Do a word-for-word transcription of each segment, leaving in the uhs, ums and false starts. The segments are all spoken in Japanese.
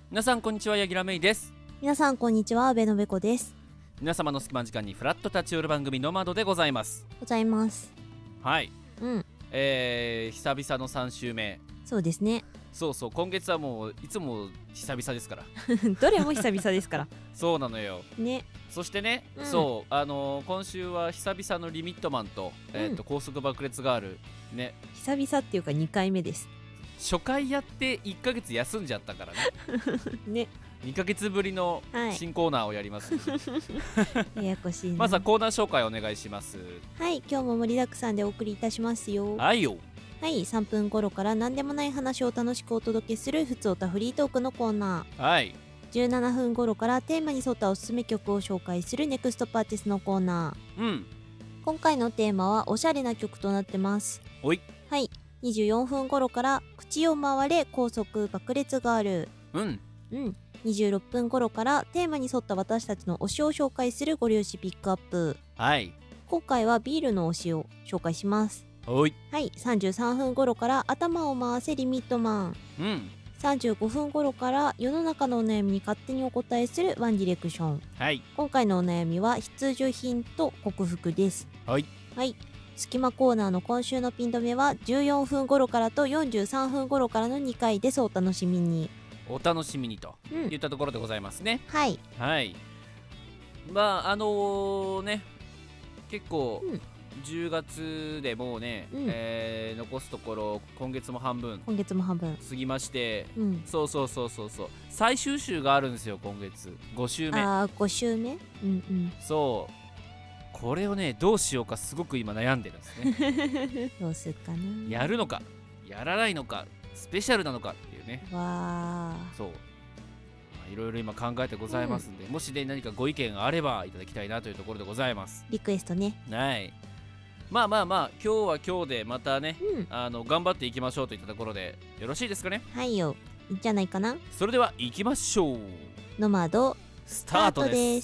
皆さんこんにちは、柳楽芽衣です。 皆さんこんにちは、阿部のべこです。 皆様の隙間時間にフラッと立ち寄る番組ノマドでございますございます。 はい、 うん、 えー、久々のさん週目。 そうですね。 そうそう、今月はもういつも久々ですからどれも久々ですからそうなのよね。 そしてね、 うん、 そうあのー、今週は久々のリミットマンと、えーと、 うん、 高速爆裂ガールね。 久々っていうかにかいめです。 初回やっていっかげつ休んじゃったからねね、 にかげつぶりの新コーナーをやります、 はい、ややこしいな。 まずはコーナー紹介お願いします。 はい、今日も盛りだくさんでお送りいたしますよ。 はいよ。 はい、さんぷん頃から何でもない話を楽しくお届けするふつおたフリートークのコーナー。 はい。 じゅうななふん頃からテーマに沿ったおすすめ曲を紹介するネクストパーティスのコーナー。うん。 今回のテーマはおしゃれな曲となってます。 おい。 はい。にじゅうよんふん頃から口を回れ高速爆裂ガール。 うんうんにじゅうろっぷん頃からテーマに沿った私たちの推しを紹介するご両親ピックアップ。 はい。 今回はビールの推しを紹介します。 おい。 はいさんじゅうさんふん頃から頭を回せリミットマン。 うんさんじゅうごふん頃から世の中のお悩みに勝手にお答えするワンディレクション。 はい。 今回のお悩みは必需品と克服です。 はい。 はい隙間コーナーの今週のピン止めはじゅうよんふん頃からとよんじゅうさんふん頃からのにかいです。お楽しみに。 お楽しみにといったところでございますね。 うん、はいはいまああのー、ね結構、うん、じゅうがつでもうね、うんえー、残すところ今月も半分今月も半分過ぎまして、 うん、 そうそうそうそうそう最終週があるんですよ今月ご週目。 あーご週目、うんうん、 そうこれをねどうしようかすごく今悩んでるんですねどうするかな。 やるのかやらないのかスペシャルなのかっていうね。 わーそういろいろ今考えてございますんで、うん、もしね何かご意見があればいただきたいなというところでございます。 リクエストね。 はいまあまあまあ今日は今日でまたね、 うん、 あの頑張っていきましょうといったところでよろしいですかね。 はいよいいんじゃないかな。 それでは行きましょう。 ノマドスタートです。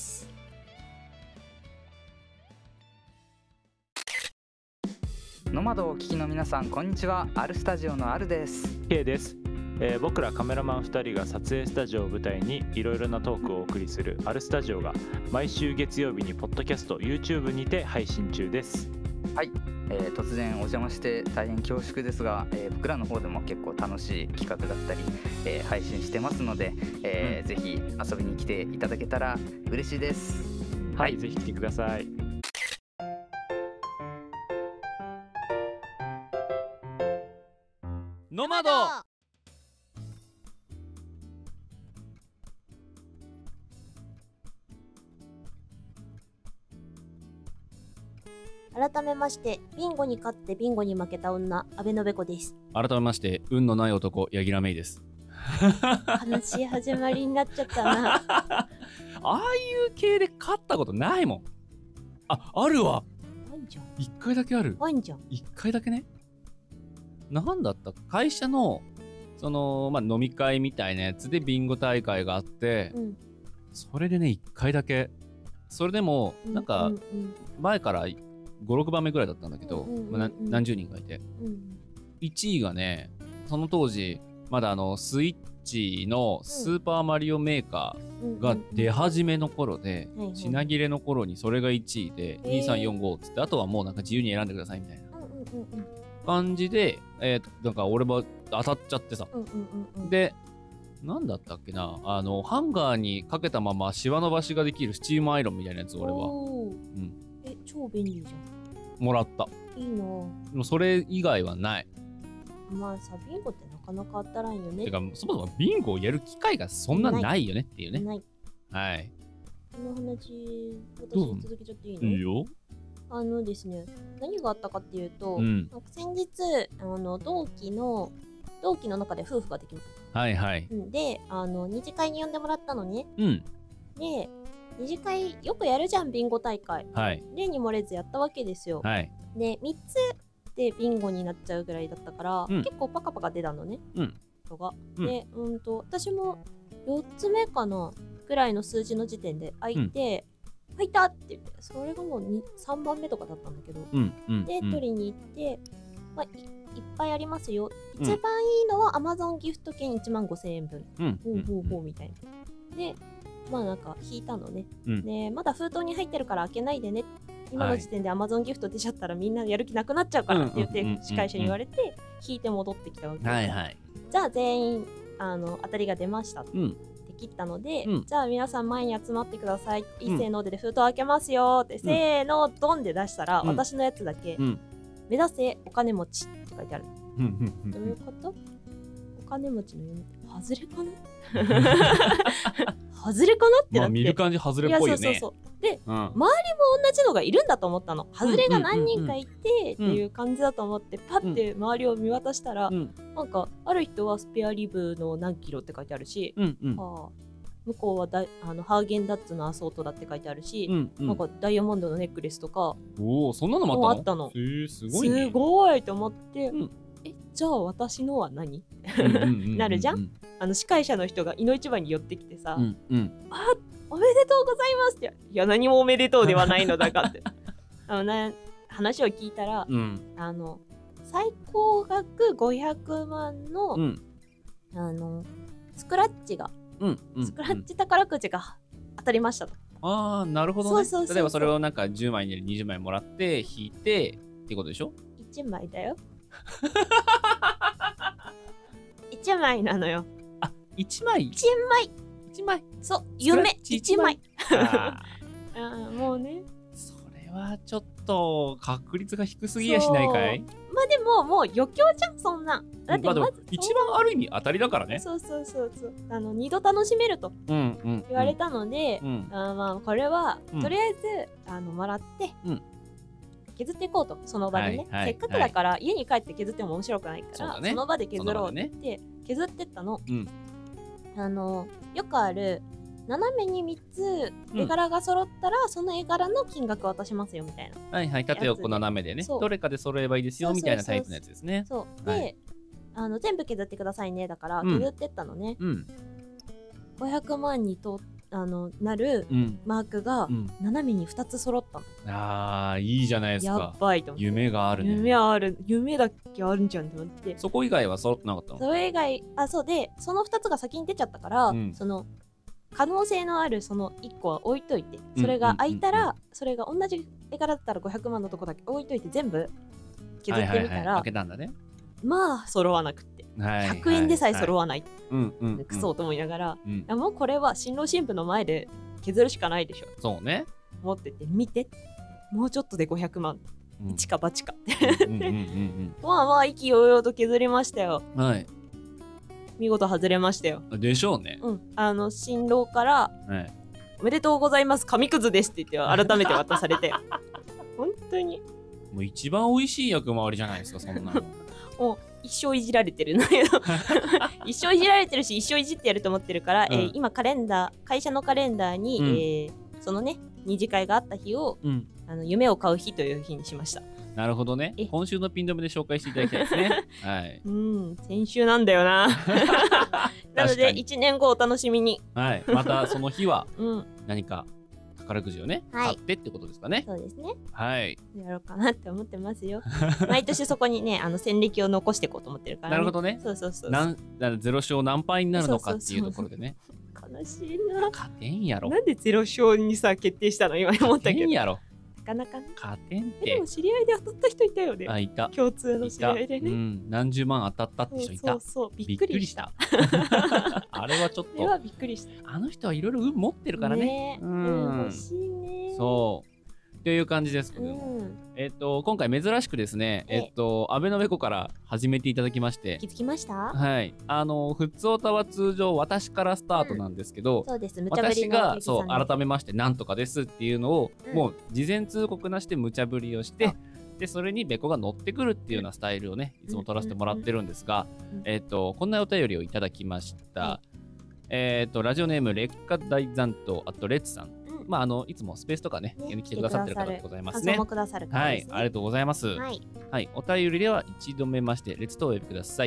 ノマドをお聞きの皆さんこんにちは。アルスタジオのアルです。 K です、えー、僕らカメラマンふたりが撮影スタジオを舞台にいろいろなトークをお送りするアルスタジオが毎週月曜日にポッドキャスト YouTube にて配信中です。 はい、えー、突然お邪魔して大変恐縮ですが、えー、僕らの方でも結構楽しい企画だったり、えー、配信してますので、えーうん、ぜひ遊びに来ていただけたら嬉しいです。 はい、はい、ぜひ来てください。 ノマド。 改めましてビンゴに勝ってビンゴに負けた女阿部のべこです。 改めまして運のない男柳楽芽衣です。 悲しい始まりになっちゃったなああいう系で勝ったことないもん。あ、あるわ。 ないじゃん。 一回だけある。 ないじゃん。 一回だけね。なんだった会社のその、まあ、飲み会みたいなやつでビンゴ大会があって、うん、それでねいっかいだけ。それでもなんか前からごろくばんめぐらいだったんだけど、うんうんうんまあ、何十人がいて、うん、いちいがねその当時まだあのスイッチのスーパーマリオメーカーが出始めの頃で、うんうんうん、品切れの頃にそれがいちいで、えー、にさんよんごっつってあとはもうなんか自由に選んでくださいみたいな感じで、えー、なんか俺は当たっちゃってさ、うんうんうんうん、でなんだったっけなあのハンガーにかけたままシワ伸ばしができるスチームアイロンみたいなやつ俺は、うん、 え超便利じゃん。 もらった。 いいな。でもそれ以外はない。 まあさビンゴってなかなか当たらんよね。 てかそもそもビンゴをやる機会がそんなないよねっていうね。 ない。 はい。 この話私続けちゃっていいの？ いいよ。 あのですね何があったかっていうと、うん、なんか先日あの同期の同期の中で夫婦ができます。 はいはい。 であの二次会に呼んでもらったのね。 うん。 で二次会よくやるじゃんビンゴ大会。 はい。 例に漏れずやったわけですよ。 はい。 でみっつでビンゴになっちゃうぐらいだったから、うん、結構パカパカ出たのね。 うん。 人が。でうんと私もよっつめかなぐらいの数字の時点で開いて。うん入ったって言ってそれがもうさんばんめとかだったんだけど、 うんうん、 で、うん、取りに行ってまあ、い, いっぱいありますよ。一番いいのは Amazon ギフト券いちまんごせんえんぶん。 うん。 ほうほうほうみたいな。で、まあなんか引いたのね。 うん、 で、まだ封筒に入ってるから開けないでね。今の時点で Amazon ギフト出ちゃったらみんなやる気なくなっちゃうからって言って司会者に言われて引いて戻ってきたわけ。 はいはい。 じゃあ全員あの当たりが出ましたってうん切ったので、 うん、 じゃあ皆さん前に集まってください。いっせーので封筒開けますよって、うん、せーのドンで出したら、うん、私のやつだけ、うん、目指せお金持ちって書いてある。どういうこと？お金持ちの夢外れかな外れかなってなって、 まあ、見る感じ外れっぽいよね。いやそうそうそうで、うん、周りも同じのがいるんだと思ったの。外れが何人かいてっていう感じだと思ってパッて周りを見渡したら、うん、なんかある人はスペアリブの何キロって書いてあるし、 うんうん、 はあ、向こうはだあのハーゲンダッツのアソートだって書いてあるし、うんうん、なんかダイヤモンドのネックレスとか、 おーそんなのもあったの？ あったの。 へーすごいね。 すごいと思って、うん、えじゃあ私のは何なるじゃん。あの司会者の人がいの一番に寄ってきてさ、うんうん、あおめでとうございますっていや何もおめでとうではないのだかってあの、ね、話を聞いたら、うん、あの最高額ごひゃくまんの、うん、あのスクラッチが、うんうん、スクラッチ宝くじが当たりましたと。 ああなるほどね。そうそうそうそう。例えばそれをなんかじゅうまいににじゅうまいもらって引いてってことでしょ。 いちまいだよいちまいなのよ。 あいちまいいちまいいちまいそう夢いちまいああもうねそれはちょっと確率が低すぎやしないかい。 まあでももう余興じゃんそんな。だってまず、まあ、 一番ある意味当たりだからね。 そうそうそうそうあの二度楽しめると言われたので、うんうん、あまあこれは、うん、とりあえずあのもらって、うん、削っていこうとその場でね、はいはい、せっかくだから、はい、家に帰って削っても面白くないから そ,、ね、その場で削ろうって言って、ね、削ってったの、うん、あのよくある斜めにみっつ絵柄が揃ったら、うん、その絵柄の金額渡しますよみたいな。 はいはい縦横斜めでねどれかで揃えばいいですよみたいなタイプのやつですね。 そうで、はい、あの全部削ってくださいねだから削ってったのね、うん、ごひゃくまんにとあのなるマークが斜めにふたつ揃ったの、 うん、あーいいじゃないですか。 やっばいと思って夢があるね。 夢ある夢だけあるんじゃんと思って。 そこ以外は揃ってなかったの？ それ以外あそうでそのふたつが先に出ちゃったから、うん、その可能性のあるそのいっこは置いといてそれが空いたら、うんうんうんうん、それが同じ絵柄だったらごひゃくまんのとこだけ置いといて全部削ってみたら、はいはいはい、 開けたんだね。 まあ揃わなくって、はいはいはい、ひゃくえんでさえ揃わない、はいはい、クソと思いながら、うん、もうこれは新郎新婦の前で削るしかないでしょ。 そうね思ってて見てもうちょっとでごひゃくまん、うん、一か八かまあまあ意気揚々と削りましたよ。はい見事外れましたよ。 でしょうね。 うん、あの新郎から、はい、おめでとうございます紙くずですって言って改めて渡されて本当にもう一番美味しい役回りじゃないですかそんなのもう一生いじられてるんだけど一生いじられてるし一生いじってやると思ってるから、うんえー、今カレンダー会社のカレンダーに、うんえー、そのね二次会があった日を、うん、あの夢を買う日という日にしました。 なるほどね。今週のピン止めで紹介していただきたいですね。はい。 うん、先週なんだよな。なのでいちねんごお楽しみに。 はい。またその日は何か宝くじをね、はい、買ってってことですかね。 そうですね。 はい。 やろうかなって思ってますよ。毎年そこにね、あの戦歴を残していこうと思ってるから、ね。 なるほどね。 そうそうそうそう。 なんゼロ勝何敗になるのかっていうところでね。 そうそうそう悲しいな。 勝てんやろ。 なんでゼロ勝にさ決定したの今思ったけど。勝てんやろ。 なかなかね。 勝てんて。 でも知り合いで当たった人いたよね。 あ、いた。 共通の知り合いでね。 うん、何十万当たったって人いた。 そうそうそうびっくりした。 あれはちょっと。 あれはびっくりした。 あの人はいろいろ運持ってるからね。 ねうん、欲しいね。 そう。という感じですけど、うん、えっと今回珍しくですね、えっとアベノベコから始めていただきまして、 気づきました？ はい。あのふつおたは通常私からスタートなんですけど、うん、 そうです。 無茶ぶりの私がそう改めましてなんとかですっていうのを、うん、もう事前通告なしで無茶ぶりをして。でそれにベコが乗ってくるっていうようなスタイルをねいつも取らせてもらってるんですが、えっとこんなお便りをいただきました。うん、えっとラジオネーム劣化大残党あとレッツさん。まああのいつもスペースとかねね来てくださってる方でございますね。 感想もくださる方ですね。 はい、ありがとうございます。はい、はい、お便りでは一度目ましてレッツとお呼びください。うん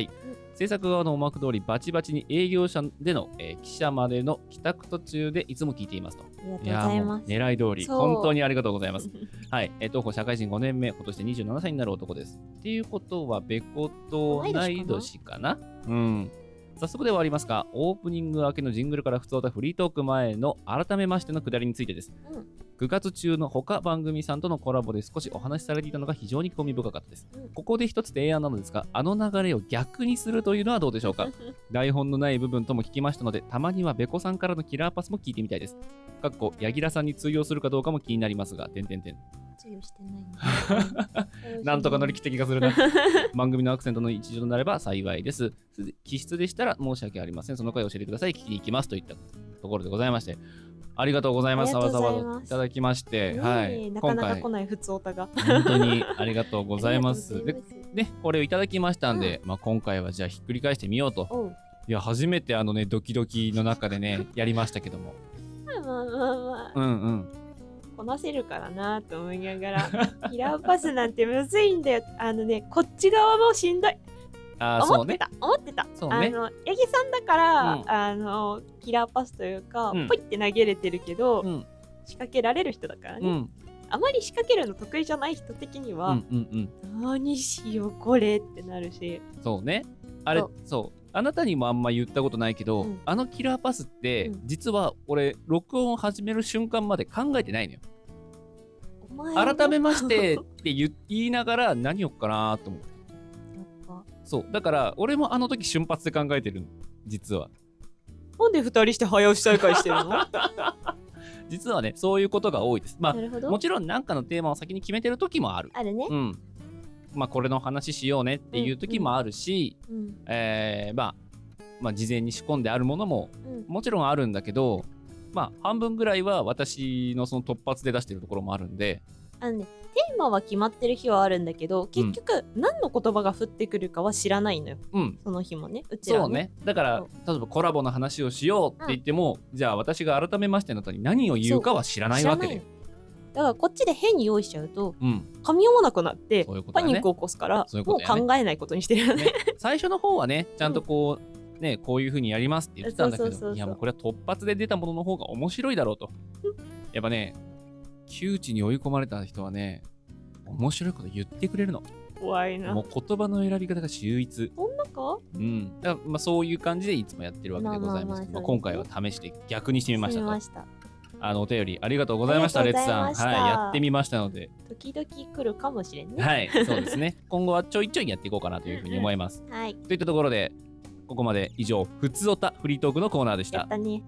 制作側の思惑通りバチバチに営業者での、えー、記者までの帰宅途中でいつも聞いていますと。 ありがとうございます。 いやもう狙い通り本当にありがとうございます。はい、えー、東方社会人ごねんめ、今年でにじゅうななさいになる男です。っていうことはべこと同い年かな。うん。早速ではありますが、オープニング明けのジングルから普通たフリートーク前の改めましてのくだりについてです。うん、くがつ中の他番組さんとのコラボで少しお話しされていたのが非常に興味深かったです。うん、ここで一つ提案なのですが、あの流れを逆にするというのはどうでしょうか。台本のない部分とも聞きましたので、たまにはベコさんからのキラーパスも聞いてみたいです。かっこ、柳楽さんに通用するかどうかも気になりますが、てんてんてん。 通用してないのなんとか乗り切った気がするな。番組のアクセントの一助となれば幸いです。気質でしたら申し訳ありません。その回を教えてください。聞きに行きますといったところでございまして。ありがとうございます。わざわざいただきまして、 ね、 はい。 なかなか来ない普通おたが。 本当にありがとうございます。で、ね、これをいただきましたんで、うん、まあ今回はじゃあひっくり返してみようと。うん、いや、初めてあのね、ドキドキの中でね、やりましたけども。 まあまあまあまあ。 うんうん。 こなせるからなと思いながら、キラーパスなんてむずいんだよ。あのね、こっち側もしんどい。 あ思ってた、ね、思ってた。 そうね、 あの、八木さんだから、うん、あの、キラーパスというか、うん、ポイって投げれてるけど、うん、仕掛けられる人だからね。うん、あまり仕掛けるの得意じゃない人的には、うんうんうん、何しようこれってなるし。 そうね。あれ、そう。そうあなたにもあんま言ったことないけど、うん、あのキラーパスって、うん、実は俺録音を始める瞬間まで考えてないのよ。改めましてって言いながら何をかなと思って。そうだから俺もあの時瞬発で考えてる実は。 なんでふたりして早押し大会してるの？ 実はねそういうことが多いです。まあもちろん何かのテーマを先に決めてる時もある。 あるね。 うん。まあこれの話しようねっていう時もあるし、うんうん、えー、まあまあ事前に仕込んであるものももちろんあるんだけど、まあ半分ぐらいは私のその突発で出してるところもあるんで。 あのね、テーマは決まってる日はあるんだけど、結局何の言葉が降ってくるかは知らないのよ。うん、その日もね、うちらはね。 そうね。だから例えばコラボの話をしようって言っても、うん、じゃあ私が改めましての後に何を言うかは知らないわけで。 だからこっちで変に用意しちゃうと、うん、噛み合わなくなってうう、ね、パニックを起こすから、ううね、もう考えないことにしてるよね。ね最初の方はね、ちゃんとこう、うん、ね、こういう風にやりますって言ってたんだけど、いやもうこれは突発で出たものの方が面白いだろうと。やっぱね、窮地に追い込まれた人はね、面白いこと言ってくれるの。 怖いな。 もう言葉の選び方が秀逸。 そんなか？ うん。だからまあそういう感じでいつもやってるわけでございますけど、まあまあまあ、今回は試して逆にしてみましたと。ましたあのお便りありがとうございました、レッツさん。はい、やってみましたので。 時々来るかもしれんね。 はい、そうですね。今後はちょいちょいやっていこうかなというふうに思います。 はい。 といったところで、ここまで以上、ふつおたフリートークのコーナーでした。 やったね。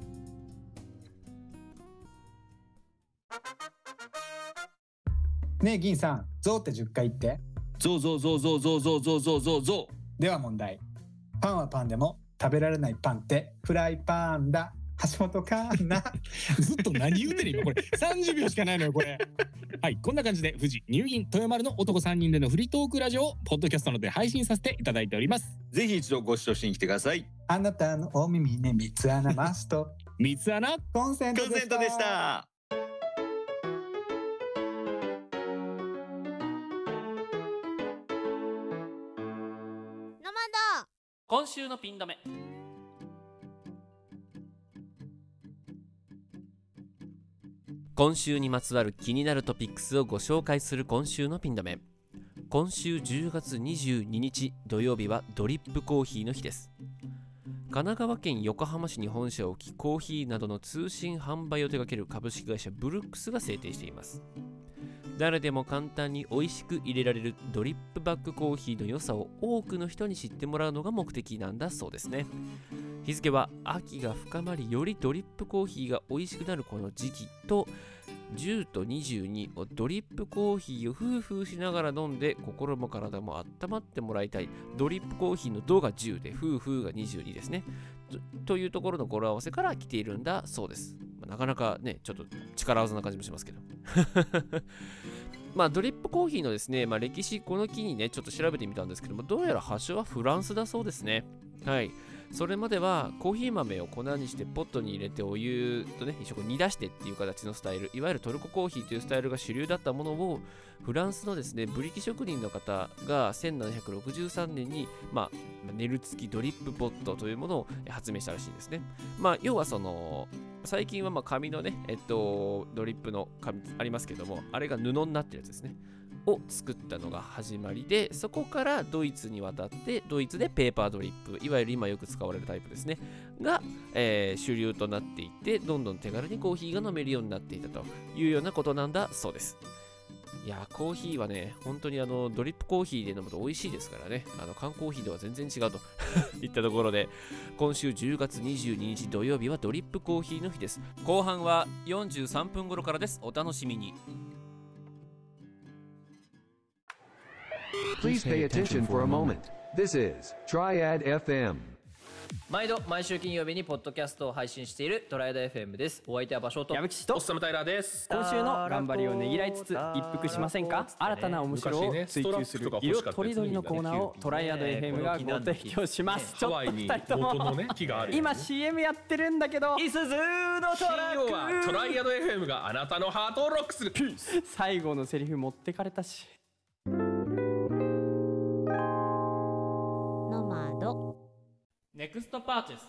ねえ銀さん、ゾウってじゅっかい言って。 ゾウゾウゾウゾウゾウゾウゾウゾウゾウゾウ。 では問題。パンはパンでも食べられないパンってフライパンだ。橋本環奈。 ずっと何言うてる今これさんじゅうびょうしかないのよこれ。はい、こんな感じで富士乳銀豊丸の男さんにんでのフリートークラジオをポッドキャストので配信させていただいております。 ぜひ一度ご視聴しに来てください。 あなたのお耳に三つ穴マスト。 三つ穴コンセントでした。 コンセントでした。 今週のピン止め。今週にまつわる気になるトピックスをご紹介する今週のピン止め。今週じゅうがつにじゅうににち土曜日はドリップコーヒーの日です。神奈川県横浜市に本社を置き、コーヒーなどの通信販売を手掛ける株式会社ブルックスが制定しています。誰でも簡単に美味しく入れられるドリップバッグコーヒーの良さを多くの人に知ってもらうのが目的なんだそうですね。日付は秋が深まり、よりドリップコーヒーが美味しくなるこの時期と、じゅうとにじゅうにをドリップコーヒーをフーフーしながら飲んで心も体も温まってもらいたい。ドリップコーヒーのドがじゅうでフーフーがにじゅうにですね。と, というところの語呂合わせから来ているんだそうです。まあ、なかなかね、ちょっと力技な感じもしますけど。まあドリップコーヒーのですね、まあ、歴史、この木にね、ちょっと調べてみたんですけども、どうやら発祥はフランスだそうですね。はい。 それまではコーヒー豆を粉にしてポットに入れてお湯とね一緒に煮出してっていう形のスタイル、いわゆるトルココーヒーというスタイルが主流だったものを、フランスのですねブリキ職人の方がせんななひゃくろくじゅうさんねんに、まあ、ネル付きドリップポットというものを発明したらしいんですね。まあ要はその最近はまあ紙のね、えっと、ドリップの紙ありますけども、あれが布になってるやつですねを作ったのが始まりで、そこからドイツに渡って、ドイツでペーパードリップ、いわゆる今よく使われるタイプですねが、えー、主流となっていって、どんどん手軽にコーヒーが飲めるようになっていたというようなことなんだそうです。いやー、コーヒーはね本当にあのドリップコーヒーで飲むと美味しいですからね、あの缶コーヒーとは全然違うといったところで、今週じゅうがつにじゅうににち土曜日はドリップコーヒーの日です。後半はよんじゅうさんぷん頃からです。お楽しみに。 Please pay attention for a moment. This is Triad エフエム。 毎度毎週金曜日にポッドキャストを配信しているトライアド エフエム です。お相手は場所と矢吹とおっさむタイラーです。 今週の頑張りをねぎらいつつ一服しませんか。新たな面白を追求する色とりどりのコーナーをトライアド エフエム がご提供します。ちょっとふたりとも今 シーエム やってるんだけど、 いすずのトラック、 金曜はトライアド エフエム があなたのハートをロックする。最後のセリフ持ってかれたし。 ノマドネクストパーチェス。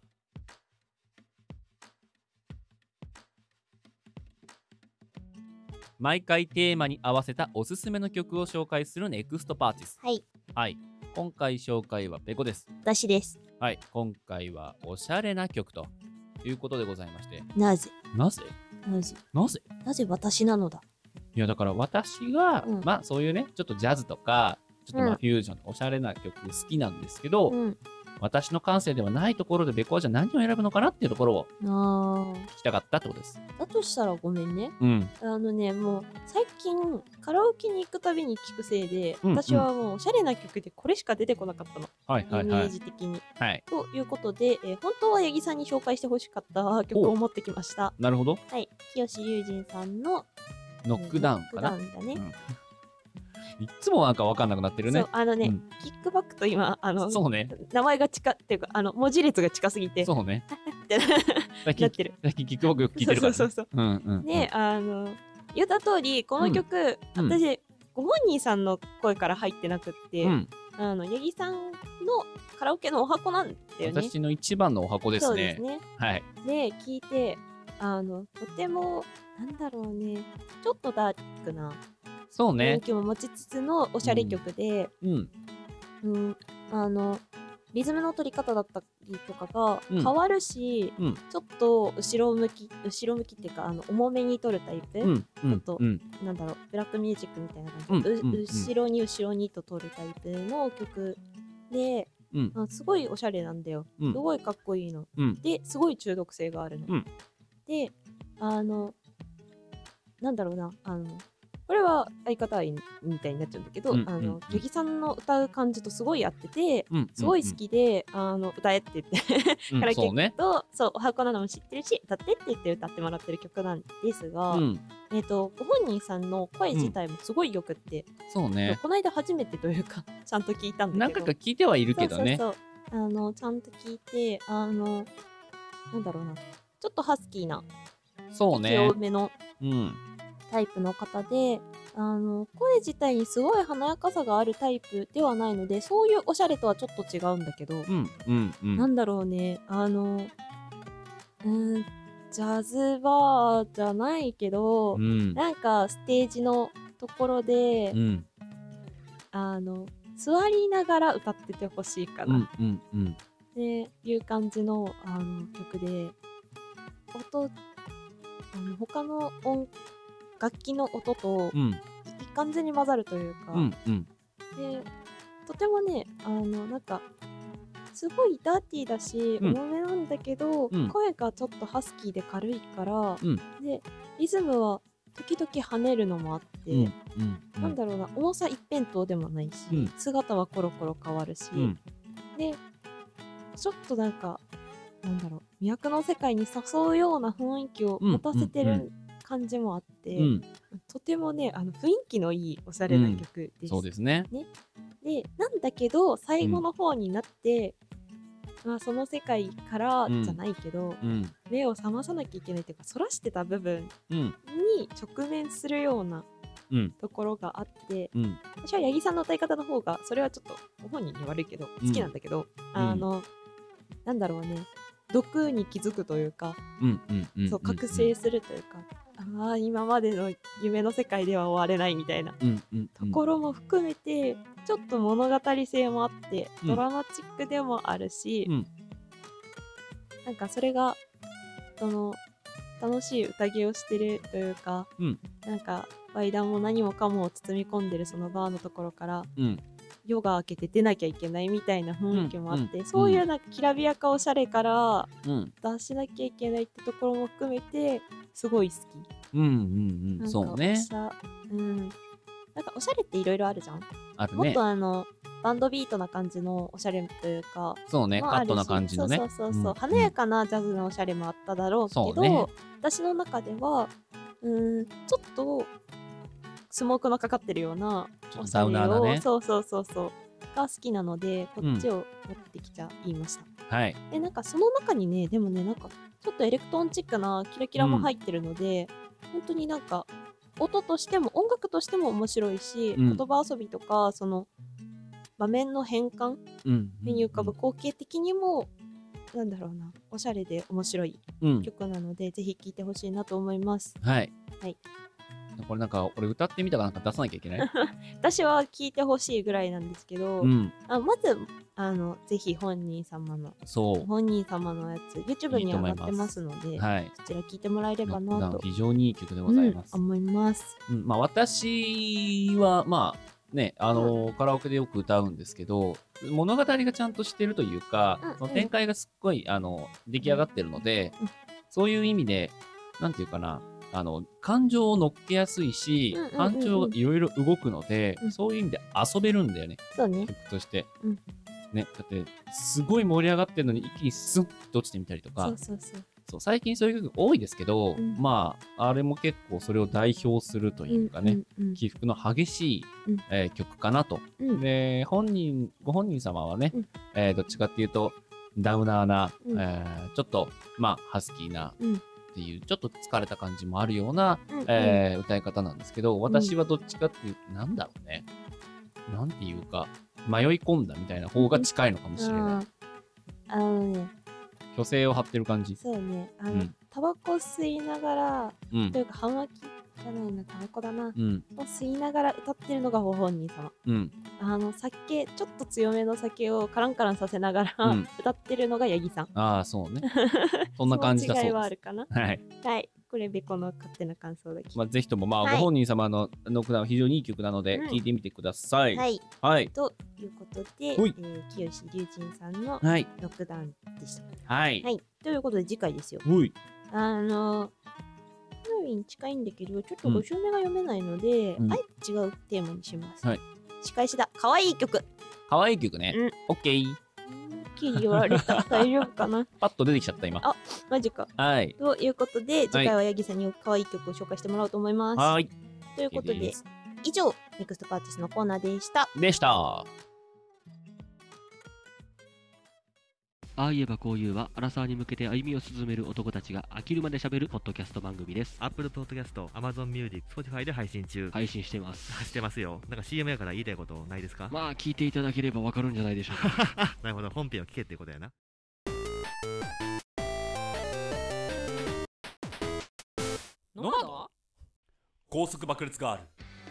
毎回テーマに合わせたおすすめの曲を紹介するネクストパーチェス。 はい。 はい。今回紹介はペコです。 私です。 はい。今回はおしゃれな曲ということでございまして。 なぜなぜなぜなぜなぜ私なのだ。 いやだから私が、うん、まあそういうね、ちょっとジャズとか、ちょっとまあフュージョンのおしゃれな曲好きなんですけど、うん、私の感性ではないところでベコはじゃあ何を選ぶのかなっていうところを聞きたかったってことです。 だとしたらごめんね。 うん、あのね、もう最近カラオケに行くたびに聞くせいで、うん、私はもうおしゃれな曲でこれしか出てこなかったの。はいはいはい、イメージ的に。はい、ということで、えー、本当は八木さんに紹介してほしかった曲を持ってきました。 なるほど。 はい。清志隆人さんのノックダウンかな。 ノックダウンだね。うんいつもなんか分かんなくなってるね。 そう、あのね、うん、キックバックと今、あの、そうね、名前が近っていうか、あの、文字列が近すぎて、 そうね。 ってなってる。 最近キックバックよく聞いてるから、ね。 そうそうそう。うんうんうん、で、あの、言った通り、この曲、うん、私、ご本人さんの声から入ってなくって、うん、あの、八木さんのカラオケのお箱なんだよね。 私の一番のお箱ですね。そうですね。はい。 で、聞いて、あの、とても、なんだろうね、ちょっとダーティックな、 そうね。 雰囲気も持ちつつのおしゃれ曲で、うん、うん、あのリズムの取り方だったりとかが変わるし、うん、ちょっと後ろ向き後ろ向きっていうかあの重めに取るタイプ、うん、ちょっと、うん、なんだろうブラックミュージックみたいな感じ、うん、後ろに後ろにと取るタイプの曲で、うん、あすごいおしゃれなんだよ、すごいかっこいいの、ですごい中毒性があるの、であのなんだろうなあのこれは相方愛みたいになっちゃうんだけど、うんうん、あの八木さんの歌う感じとすごい合ってて、うんうんうん、すごい好きであの歌えって言ってから聞くと、うん、そうね、そうお箱なのも知ってるし歌ってって言って歌ってもらってる曲なんですが、うん、えーとご本人さんの声自体もすごいよくって、うん、そうね、この間初めてというかちゃんと聞いたんだけど、 何回か聞いてはいるけどね、 そうそうそうあのちゃんと聞いてあのなんだろうなちょっとハスキーなそうね強めの、うんタイプの方であの声自体にすごい華やかさがあるタイプではないのでそういうおしゃれとはちょっと違うんだけど、うんうんうん、なんだろうねあのうんジャズバーじゃないけど、うん、なんかステージのところで、うん、あの座りながら歌っててほしいかな、うんうんうん、っていう感じの、あの曲で音あの他の音楽器の音と完全に混ざるというか、うんうん、でとてもねあのなんかすごいダーティーだし、うん、重めなんだけど、うん、声がちょっとハスキーで軽いから、うん、でリズムは時々跳ねるのもあって、うんうんうん、なんだろうな重さ一辺倒でもないし、うん、姿はコロコロ変わるし、うん、でちょっとなんかなんだろう魅惑の世界に誘うような雰囲気を持たせてる、うんうんうん感じもあって、うん、とてもねあの雰囲気のいいおしゃれな曲です、 うん、そうですね。 ねでなんだけど最後の方になって、 まあ、その世界からじゃないけど、うん、目を覚まさなきゃいけないっていうか、そらしてた部分に直面するようなところがあって、うん、私は八木さんの歌い方の方が、それはちょっとご本人に悪いけど好きなんだけど、うん、あの、うん、なんだろうね、毒に気づくというか、そう覚醒するというか、ああ今までの夢の世界では終われないみたいなところも含めて、ちょっと物語性もあってドラマチックでもあるし、うん、なんかそれがその楽しい宴をしてるというか、うん、なんか階段も何もかもを包み込んでるそのバーのところから、うん、夜が明けて出なきゃいけないみたいな雰囲気もあって、うん、そういうなんかきらびやかおしゃれから出しなきゃいけないってところも含めてすごい好き。 うんうんうん、そうね。 うん、なんかおしゃれっていろいろあるじゃん。 あるね。 もっとあのバンドビートな感じのおしゃれというか、 そうね、カットな感じのね。 そうそうそうそう、うん、華やかなジャズのおしゃれもあっただろうけど、ね、私の中ではうんちょっとスモークのかかってるようなおしゃれを、ね、そうそうそうそうが好きなので、こっちを持ってきちゃいました。 うん、はい。 でなんかその中にね、でもねなんかちょっとエレクトーンチックなキラキラも入ってるので、うん、本当になんか音としても音楽としても面白いし、うん、言葉遊びとかその場面の変換、うん、目に浮かぶ光景的にもなんだろうな、おしゃれで面白い曲なので、うん、ぜひ聴いてほしいなと思います。 はい。 はい。 これなんか俺歌ってみたからなんか出さなきゃいけない私は聴いてほしいぐらいなんですけど、うん、あまずあのぜひ本人様のそう本人様のやつ YouTube に上がってますので、はい、そちら聴いてもらえればなと非常にいい曲でございます、 うん、思います、 うん、まあ私はまあね、あのーうん、カラオケでよく歌うんですけど、物語がちゃんとしてるというか、うんうん、その展開がすっごいあの出来上がってるので、うん、そういう意味でなんていうかな、あの感情を乗っけやすいし、うんうんうんうん、感情がいろいろ動くので、うん、そういう意味で遊べるんだよね、 そうね、 曲として、 うん、 ね、だってすごい盛り上がってるのに一気にスンと落ちてみたりとか、 そうそうそうそう最近そういう曲多いですけど、うん、まああれも結構それを代表するというかね、うんうんうん、起伏の激しい、うんえー、曲かなと、うん、で本人ご本人様はね、うんえー、どっちかっていうとダウナーな、うんえー、ちょっとまあハスキーな、うんっていうちょっと疲れた感じもあるような、うんうんえー、歌い方なんですけど、私はどっちかっていうと、うん、なんだろうね、なんていうか迷い込んだみたいな方が近いのかもしれない。ああのね、 虚勢を張ってる感じ。 そうね、あの、うん、タバコ吸いながら、うん、というか半巻きじゃないな、タバコだな、うん、を吸いながら歌ってるのがご本人様、うん、あの酒ちょっと強めの酒をカランカランさせながら、うん、歌ってるのが八木さん。 ああそうねそんな感じだそうです。 違いはあるかな。 はい、 はい、これベコの勝手な感想だけど、 まあ、ぜひとも、まあはい、ご本人様のノックダウン非常にいい曲なので聴いてみてください、 うん、はい、 はい、 ということで、えー、清志龍神さんのノックダウンでした。 はい、 はい、ということで次回ですよ。あのハロウィン近いんだけど、ちょっとご週目が読めないので、うん、あえて違うテーマにします。はい、仕返しだ。かわいい曲。 かわいい曲ね。うん、オッケー。 キー言われた。大丈夫かな。 パッと出てきちゃった今。 あ、マジか。 はい。 ということで、次回は八木さんにかわいい曲を紹介してもらおうと思います。 はい。 ということで、以上、ネクストパーティスのコーナーでした。 でした。 ああ言えばこういうはアラサーに向けて歩みを進める男たちが飽きるまで喋るポッドキャスト番組です。 Apple Podcast、Amazon Music、Spotify で配信中。 配信してますしてますよ。なんか シーエム やから言いたいことないですか？ まあ聞いていただければわかるんじゃないでしょうかなるほど、本編を聞けっていうことやな。 ノマド高速爆裂ガール。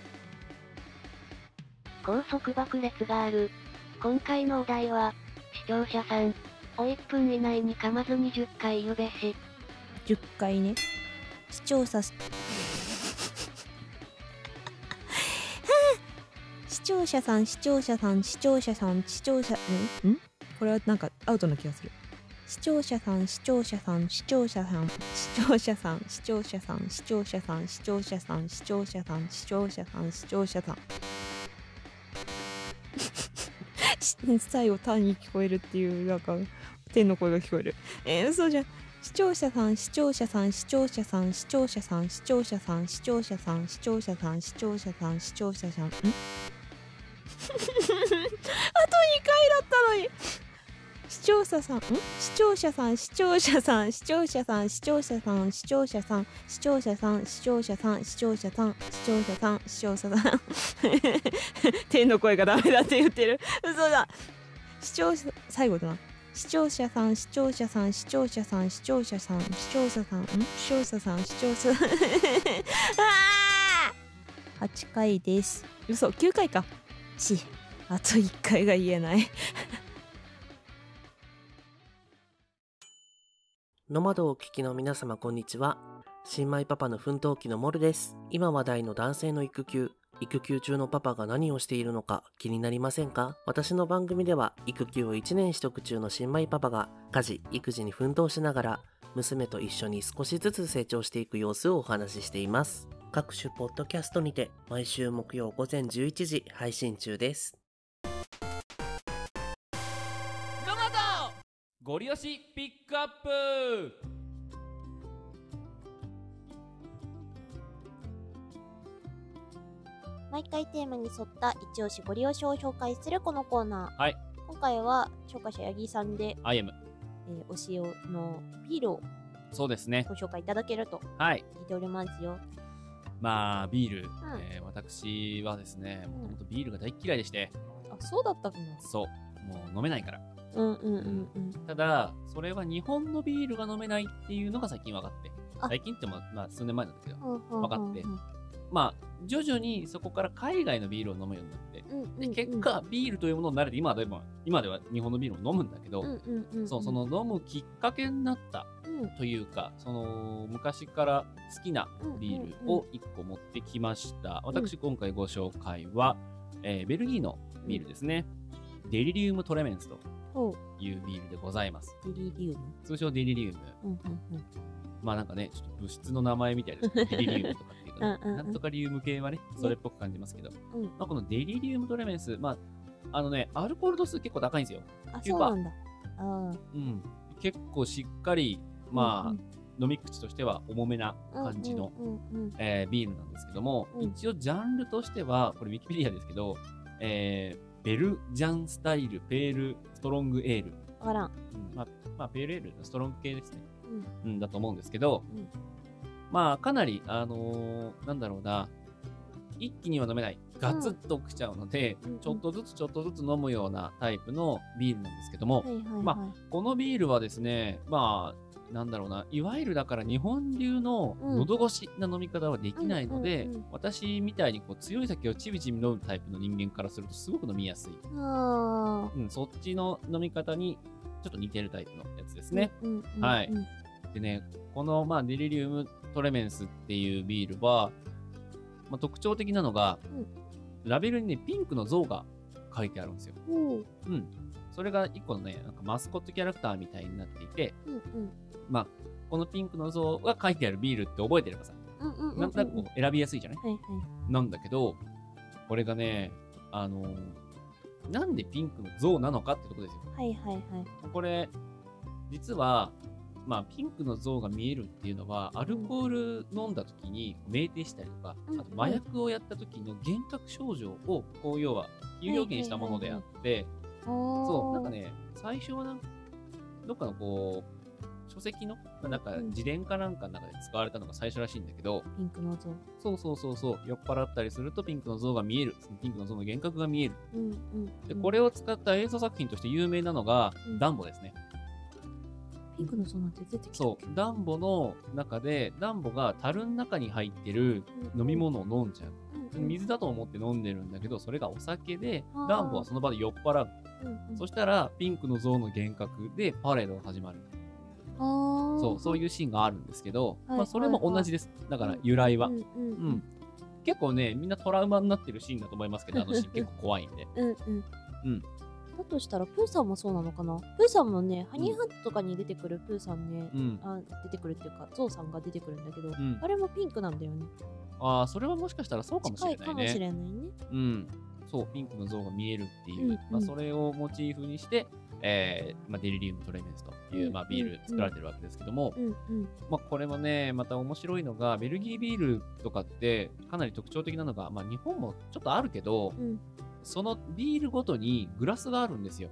高速爆裂ガール。今回のお題は視聴者さんをいっぷん以内に噛まずにじゅっかい言うべし。 じゅっかいね。視聴者視聴者さん視聴者さん視聴者さん視聴者んんこれはなんかアウトな気がする。視聴者さん視聴者さん視聴者さん視聴者さん視聴者さん視聴者さん視聴者さん視聴者さん視聴者さん視聴者さん最後単に聞こえるっていうなんか天の声が聞こえる。えー、そうじゃん。視聴者さん視聴者さん視聴者さん視聴者さん視聴者さん視聴者さん視聴者さん視聴者さん視聴者さんんあとにかいだったのに。 視聴者さんん視聴者さん視聴者さん視聴者さん視聴者さん視聴者さん視聴者さん視聴者さん視聴者さん視聴者さん視聴者さん天の声がダメだって言ってる。嘘だ。視聴者最後だな。視聴者さん視聴者さん視聴者さん視聴者さん視聴者さんん視聴者さん視聴者さんはちかいです。嘘きゅうかいか。ちあといっかいが言えないノマドをお聞きの皆様こんにちは。新米パパの奮闘記のモルです。今話題の男性の育休、育休中のパパが何をしているのか気になりませんか？私の番組では育休をいちねん取得中の新米パパが家事・育児に奮闘しながら娘と一緒に少しずつ成長していく様子をお話ししています。各種ポッドキャストにて毎週木曜午前じゅういちじ配信中です。 ノマドゴリ押しピックアップ。 毎回テーマに沿った一押しゴリ押しを紹介するこのコーナー。 はい。 今回は紹介者八木さんで、 アイエム、 えー、推しのビールをそうですね。 ご紹介いただけるとはい聞いておりますよ。 まあビール、 うんえー私はですね、もともとビールが大嫌いでして、 あ、そうだったかな。 そう、もう飲めないから。 うんうんうんうんただ、それは日本のビールが飲めないっていうのが最近分かって、 あ最近ってもまあ数年前なんだけど、 うんうんうんうん分かって、まあ徐々にそこから海外のビールを飲むようになって、 うんうんうんで結果ビールというものに慣れて今でも今では日本のビールを飲むんだけど、 うんうんうんうんそうその飲むきっかけになったというか、その昔から好きなビールをいっこ持ってきました。私今回ご紹介は、えーベルギーのビールですね。デリリウムトレメンスというビールでございます。 デリリウム通称デリリウム。 うんうんうんまあなんかね、ちょっと物質の名前みたいですね。デリリウムとかっていうか、ねうんうんうんなんとかリウム系はね、それっぽく感じますけど、 うんまあ、このデリリウムトレメンス、まあ、あのね、アルコール度数結構高いんですよ。 あ、 きゅパーそうなんだ。あーうん。結構しっかり、まあ、飲み口としては重めな感じの、 うんうんうんうんえービールなんですけども、 うん一応ジャンルとしては、これウィキペディアですけど、えーベルジャンスタイルペールストロングエール。 わからん。 うんまあ、まあ、ペールエールのストロング系ですね。 うんうん、だと思うんですけど、 うんまあ、かなり、あのーなんだろうな、一気には飲めない、ガツッと来ちゃうので、 うんちょっとずつちょっとずつ飲むようなタイプのビールなんですけども、 はいはいはいまあ、このビールはですね、まあ、なんだろうな、いわゆるだから日本流の喉越しな飲み方はできないので、 うんうんうん私みたいにこう強い酒をちびちび飲むタイプの人間からするとすごく飲みやすい。 あうん、そっちの飲み方にちょっと似てるタイプのやつですね。 うんうんうんはい。でね、この、まあ、デリリウムトレメンスっていうビールは、まあ、特徴的なのが、ラベルにね、ピンクの像が書いてあるんですよ。 うんうん。それが一個のね、なんかマスコットキャラクターみたいになっていて、 うんうんまあ、このピンクの像が書いてあるビールって覚えてればさ、 うんうんうんうんなんとなくこう選びやすいじゃない、 はいはいなんだけど、これがね、あのーなんでピンクの像なのかってとこですよ。 はいはいはいこれ、実は、まあ、ピンクの像が見えるっていうのは、アルコール飲んだ時に酩酊したりとか、 うんあと麻薬をやった時の幻覚症状を、こう、要は、比喩表現したものであって、そう、なんかね、最初はなんか、どっかのこう、書籍の、まあなんか自伝かなんかの中で使われたのが最初らしいんだけど、 ピンクの像。 そうそうそうそう、酔っ払ったりするとピンクの像が見える。そのピンクの像の幻覚が見える。 うんうんで、これを使った映像作品として有名なのが、ダンボですね。 ピンクの像なんて出てきた。 そう、ダンボの中で、ダンボが樽の中に入ってる飲み物を飲んじゃう。水だと思って飲んでるんだけど、それがお酒であー、 ダンボはその場で酔っ払う。 うんうんそしたら、ピンクの像の幻覚でパレードが始まる。 あーそう、そういうシーンがあるんですけど、 はいまあ、それも同じです。だから、由来は。 ううんんうんうん結構ね、みんなトラウマになってるシーンだと思いますけど、あのシーン結構怖いんで。 うんうんうん。 だとしたらプーさんもそうなのかな。プーさんもね、ハニーハントとかに出てくるプーさんね、 うんあ出てくるっていうかゾウさんが出てくるんだけど、 んあれもピンクなんだよね。 ああ、それはもしかしたらそうかもしれないね。 近いかもしれないね。 うん。そう、ピンクの像が見えるっていう、 うんうんまあ、それをモチーフにして、えーまあ、デリリウムトレメンスという、 うんまあ、ビール作られてるわけですけども、 うんうんまあ、これもね、また面白いのが、ベルギービールとかってかなり特徴的なのが、まあ、日本もちょっとあるけど、 うんそのビールごとにグラスがあるんですよ。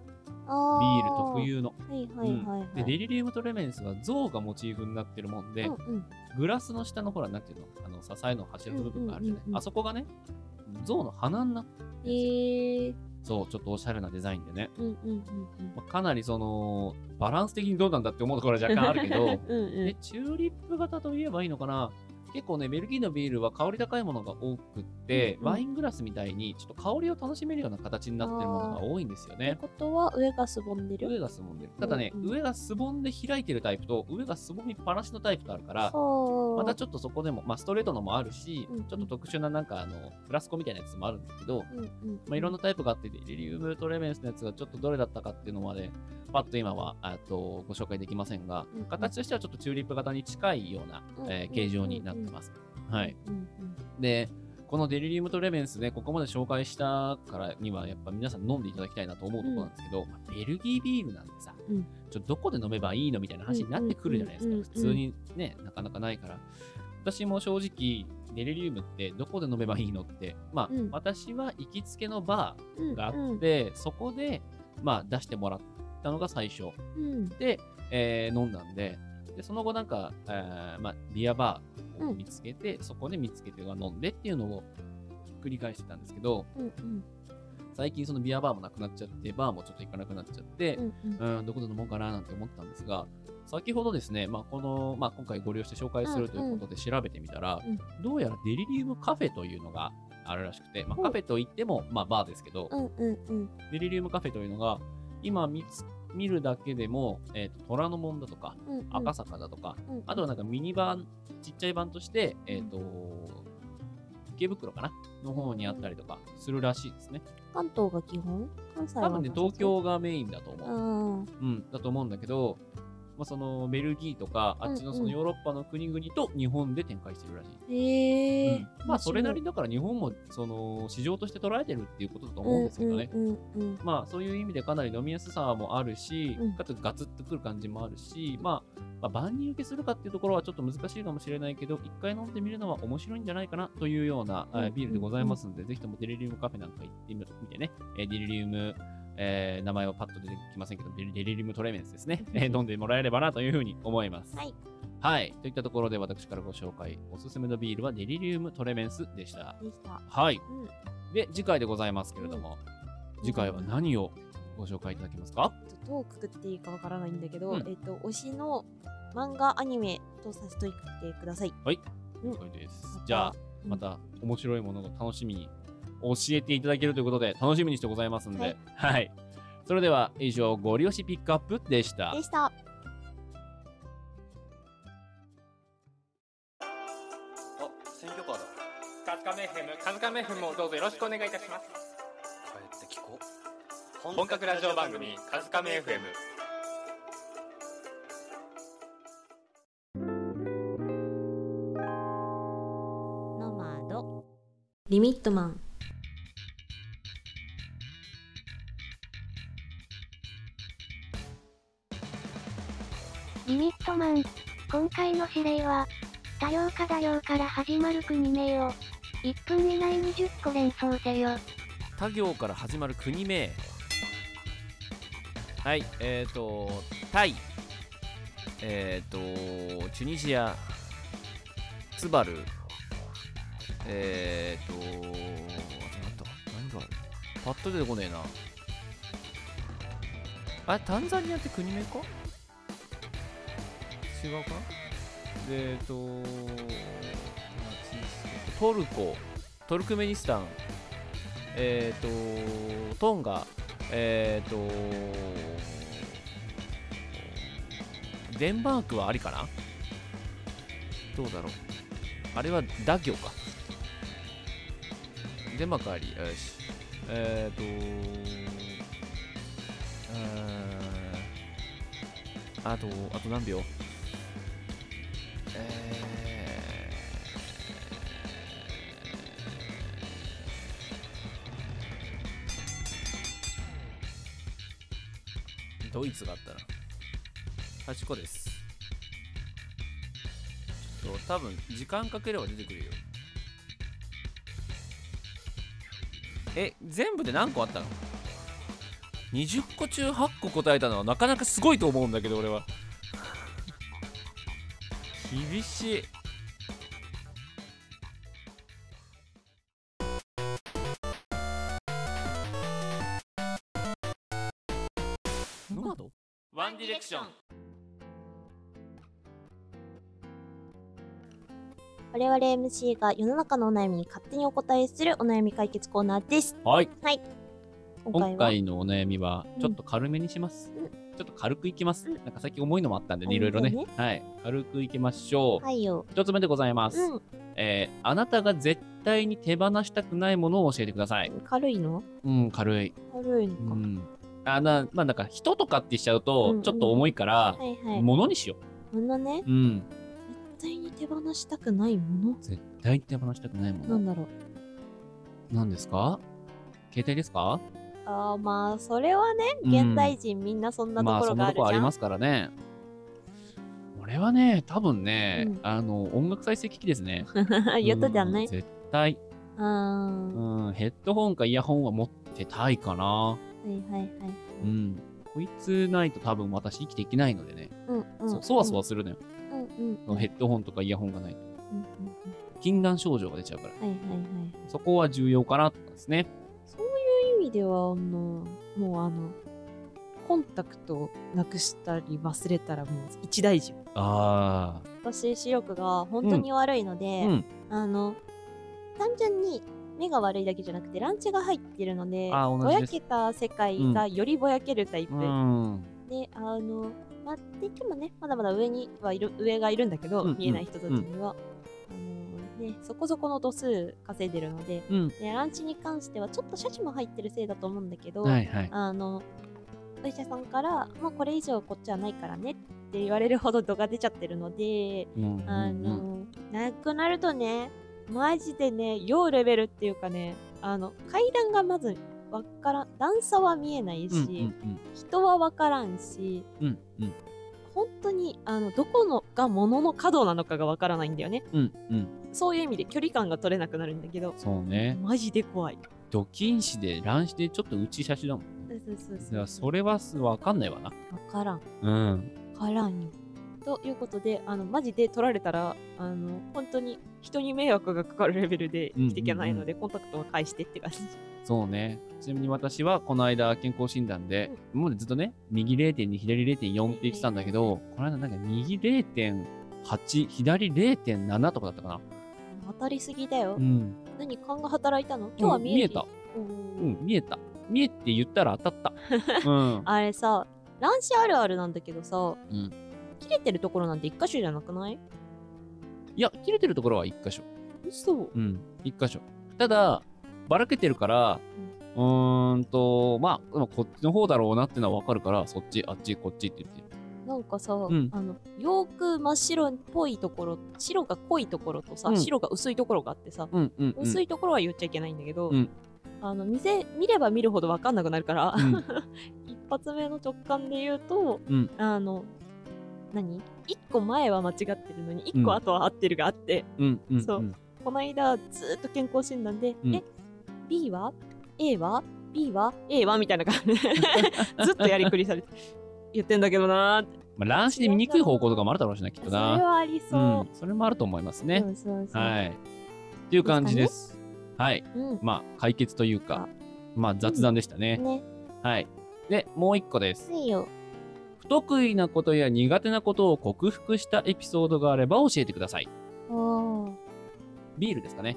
ール特有の。 はいはいはいはい。 で、デリリウムトレメンスは象がモチーフになってるもんで、 うんうん、 グラスの下のほら、なんていうの、あの支えの柱の部分があるじゃない、あそこがね、象の鼻になってるんですよ。へー。そう、ちょっとおしゃれなデザインでね。うんうんうんうん、まあ、かなりその、バランス的にどうなんだって思うところは若干あるけど、うん、うん、で、チューリップ型と言えばいいのかな。結構ね、ベルギーのビールは香り高いものが多くって、うんうん、ワイングラスみたいにちょっと香りを楽しめるような形になってるものが多いんですよね。 ってことは上がすぼんでる？ 上がすぼんでる。ただね、うんうん、上がすぼんで開いてるタイプと上がすぼみっぱなしのタイプとあるから、またちょっとそこでも、まあ、ストレートのもあるし、うんうん、ちょっと特殊ななんかあのフラスコみたいなやつもあるんだけど、うんうん、まあ、いろんなタイプがあって、デリリウムトレメンスのやつがちょっとどれだったかっていうのまで、パッと今はとご紹介できませんが、うんうん、形としてはちょっとチューリップ型に近いような、うんうん、えー、形状になってます。はい、うんうん、でこのデリリウムトレメンスね、ここまで紹介したからにはやっぱ皆さん飲んでいただきたいなと思うところなんですけど、うん、まあ、ベルギービールなんでさ、うん、ちょっとどこで飲めばいいのみたいな話になってくるじゃないですか、普通にね、なかなかないから。私も正直デリリウムってどこで飲めばいいのって、まあ、うん、私は行きつけのバーがあって、うんうん、そこでまあ出してもらったのが最初、うん、で、えー、飲んだんで、でその後なんか、えーまあ、ビアバーを見つけて、うん、そこで見つけては飲んでっていうのを繰り返してたんですけど、うんうん、最近そのビアバーもなくなっちゃって、バーもちょっと行かなくなっちゃって、うんうん、うんどこで飲もうかななんて思ったんですが、先ほどですね、まあこのまあ、今回ご利用して紹介するということで調べてみたら、うんうん、どうやらデリリウムカフェというのがあるらしくて、まあ、カフェといっても、まあ、バーですけど、うんうんうん、デリリウムカフェというのが今見つ見るだけでも、えーと、虎ノ門だとか、うんうん、赤坂だとか、うんうん、あとはなんかミニ版、ちっちゃい版として、えーと、うん、池袋かなの方にあったりとかするらしいですね。 関東が基本？関西は多分ね、東京がメインだと思う。うん、だと思うんだけど、まあ、そのベルギーとかあっちのそのヨーロッパの国々と日本で展開してるらしい。へ、うん、まあそれなりだから日本もその市場として捉えてるっていうことだと思うんですけどね。まあそういう意味でかなり飲みやすさもあるし、うん、かつガツッとくる感じもあるし、まあ、まあ万人受けするかっていうところはちょっと難しいかもしれないけど、一回飲んでみるのは面白いんじゃないかなというような、うん、ビールでございますので、うん、ぜひともデリリウムカフェなんか行ってみてね、デリリウムえー、名前はパッと出てきませんけど、デリリウムトレメンスですね、えー、飲んでもらえればなというふうに思います。はい。はい。といったところで私からご紹介、おすすめのビールはデリリウムトレメンスでした。でした。はい。うん、で、次回でございますけれども、うん、次回は何をご紹介いただけますか？ どうくくっていいかわからないんだけど、うん、えっと、推しの漫画アニメとさせておいてください。 はい。了解です。じゃあ、また面白いものを楽しみに教えていただけるということで楽しみにしてございますんで、はい、はい、それでは以上ご利用しピックアップでしたでした選挙カーだ。カズカメ エフエム、カズカメ エフエム をどうぞよろしくお願いいたします。 帰って聞こう。本格ラジオ番組カズカメ エフエム。 ノマドリミットマン。 リミットマン。今回の指令は多量か多量から始まる国名をいっぷん以内にじゅっこ連想せよ。 他行から始まる国名。はい、えっ、ー、とタイ、えっ、ー、とチュニジア、ツバル、えっ、ー、とあとなんだ何がある？パッと出てこねえな。あれ、タンザニアって国名か？違うか？で、えっ、ー、とトルコ、トルクメニスタン、えっ、ー、とトンガ、えっ、ー、とデンマークはありかな？どうだろう。あれはダ行か。デンマークあり。よし。えっ、とあとあと何秒？えー、ドイツがあったらはちこです。ちょっと多分時間かければ出てくるよ。え、全部で何個あったの？ にじゅっこ中はっこ答えたのはなかなかすごいと思うんだけど俺は厳しい。ノマドワンディレクション。 我々 エムシー が世の中のお悩みに勝手にお答えするお悩み解決コーナーです。 はい。 はい。 今回は今回のお悩みはちょっと軽めにします。うん、ちょっと軽くいきます。うん、なんか最近重いのもあったんでね、いろいろね。はい。軽くいきましょう。 はいよ。 一つ目でございます。うん、えー、あなたが絶対に手放したくないものを教えてください。 軽いの？ うん、軽い。 軽いのか。うん。 あな、まあなんか人とかってしちゃうとちょっと重いから、うんうんはいはい、物にしよう。物ね。 うん。 絶対に手放したくないもの？ 絶対に手放したくないもの。 なんだろう。 何ですか？携帯ですか？ ああ、まあそれはね、現代人みんなそんなところがあるじゃん。まあそんなとこありますからね。俺はね、多分ね、うん、あの音楽再生機器ですね。 言ったじゃない？ 絶対。 うん。 うん、ヘッドホンかイヤホンは持ってたいかな。 はいはいはい。 うん。こいつないと多分私生きていけないのでね。 うんうん、 そう、そわそわするのよ。 うんうん、 ヘッドホンとかイヤホンがないと。 うんうんうん、 禁断症状が出ちゃうから。 はいはいはい。 そこは重要かなとかですね。 そういう意味では、あの、もうあの、コンタクトをなくしたり忘れたらもう一大事。 ああ。 私、視力が本当に悪いので、うん、あの、単純に目が悪いだけじゃなくて、ランチが入ってるので、ぼやけた世界がよりぼやけるタイプ。うん、で、あの、まあ、って言ってもね、まだまだ上にはいる、上がいるんだけど、うんうん、見えない人たちには。うん、あのね、そこそこの度数稼いでるので、うん、で、ランチに関してはちょっとシャチも入ってるせいだと思うんだけど、 はいはい、 あの、お医者さんから、もうこれ以上こっちはないからねって言われるほど度が出ちゃってるので、うんうんうん、あの、なくなるとね、マジでね、要レベルっていうかね、あの、階段がまずわからん、段差は見えないし、うんうんうん、人はわからんし、 うんうん、 本当に、あの、どこのが物の角なのかがわからないんだよね、 うんうん。 そういう意味で距離感が取れなくなるんだけど、 そうね。 マジで怖い。 ド禁止で乱視でちょっと内差しだもんね。 そうそうそうそう。 それはわかんないわな。 わからん。 うん。 わからんよ。ということで、あの、マジで取られたら、あの、本当に人に迷惑がかかるレベルで生きていけないので、うんうんうん、コンタクトを返してって感じ。 そうね。ちなみに私はこの間健康診断で、うん、もうずっとね、右 れいてんに、左 れいてんよんって言ってたんだけど、この間なんか右 れいてんはち、左 れいてんなな とかだったかな。 当たりすぎだよ。 うん、 何、勘が働いたの？今日は見える、 うん、見えた。うん、見えた。見えって言ったら当たった。うん、 あれさ、乱視あるあるなんだけどさ、うん、切れてるところなんて一箇所じゃなくない？ いや、切れてるところは一箇所。 嘘？ うん、一箇所。ただ、ばらけてるから、うん、うーんと、まあ、こっちの方だろうなってのはわかるから、そっち、あっち、こっちって言って。 なんかさ、うん、あの、よーく真っ白っぽいところ、白が濃いところとさ、うん、白が薄いところがあってさ、うんうんうん、薄いところは言っちゃいけないんだけど、うん、あの、見せ、見れば見るほどわかんなくなるから、うん、一発目の直感で言うと、うん、あの、何？一個前は間違ってるのに、一個後は合ってるがあって、 うんうん、 そう。この間、ずーっと健康診断で、うん、え、B は ?A は ?B は ?A はみたいな感じで、ずっとやりくりされて、言ってんだけどなーって。 まあ、乱視で見にくい方向とかもあるだろうしな、きっとな。 それはありそう。うん、 それもあると思いますね。 そうそうそう。 はい。っていう感じです。ですね、はい、うん。まあ、解決というか、まあ、雑談でしたね。 うん、ね。 はい。で、もう一個です。 いいよ。 不得意なことや苦手なことを克服したエピソードがあれば教えてください。 おー。 ビールですかね。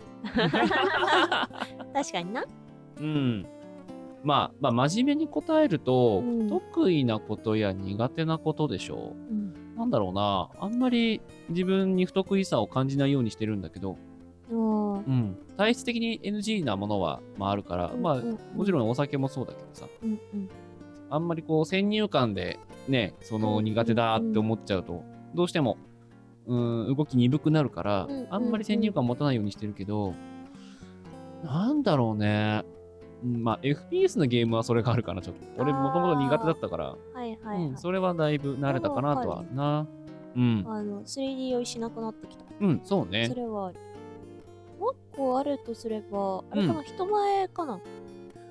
確かにな。 うん。まあ、まあ、真面目に答えると、うん、得意なことや苦手なことでしょう、うん。なんだろうな。あんまり自分に不得意さを感じないようにしてるんだけど、うん。体質的に エヌジー なものは、まあ、あるから、うんうんうん、まあ、もちろんお酒もそうだけどさ、うんうん、あんまりこう、先入観でね、その苦手だって思っちゃうと、どうしても、うん、動き鈍くなるから、うんうんうん、あんまり先入観持たないようにしてるけど、なんだろうね。まあ、エフピーエス のゲームはそれがあるかな、ちょっと。俺、もともと苦手だったから、 はいはいはい、 うん、それはだいぶ慣れたかなとはな。うん。 あの、スリーディー 酔いしなくなってきた。 うん、そうね。 それはある。もう一個あるとすれば、あれかな、うん、人前かな。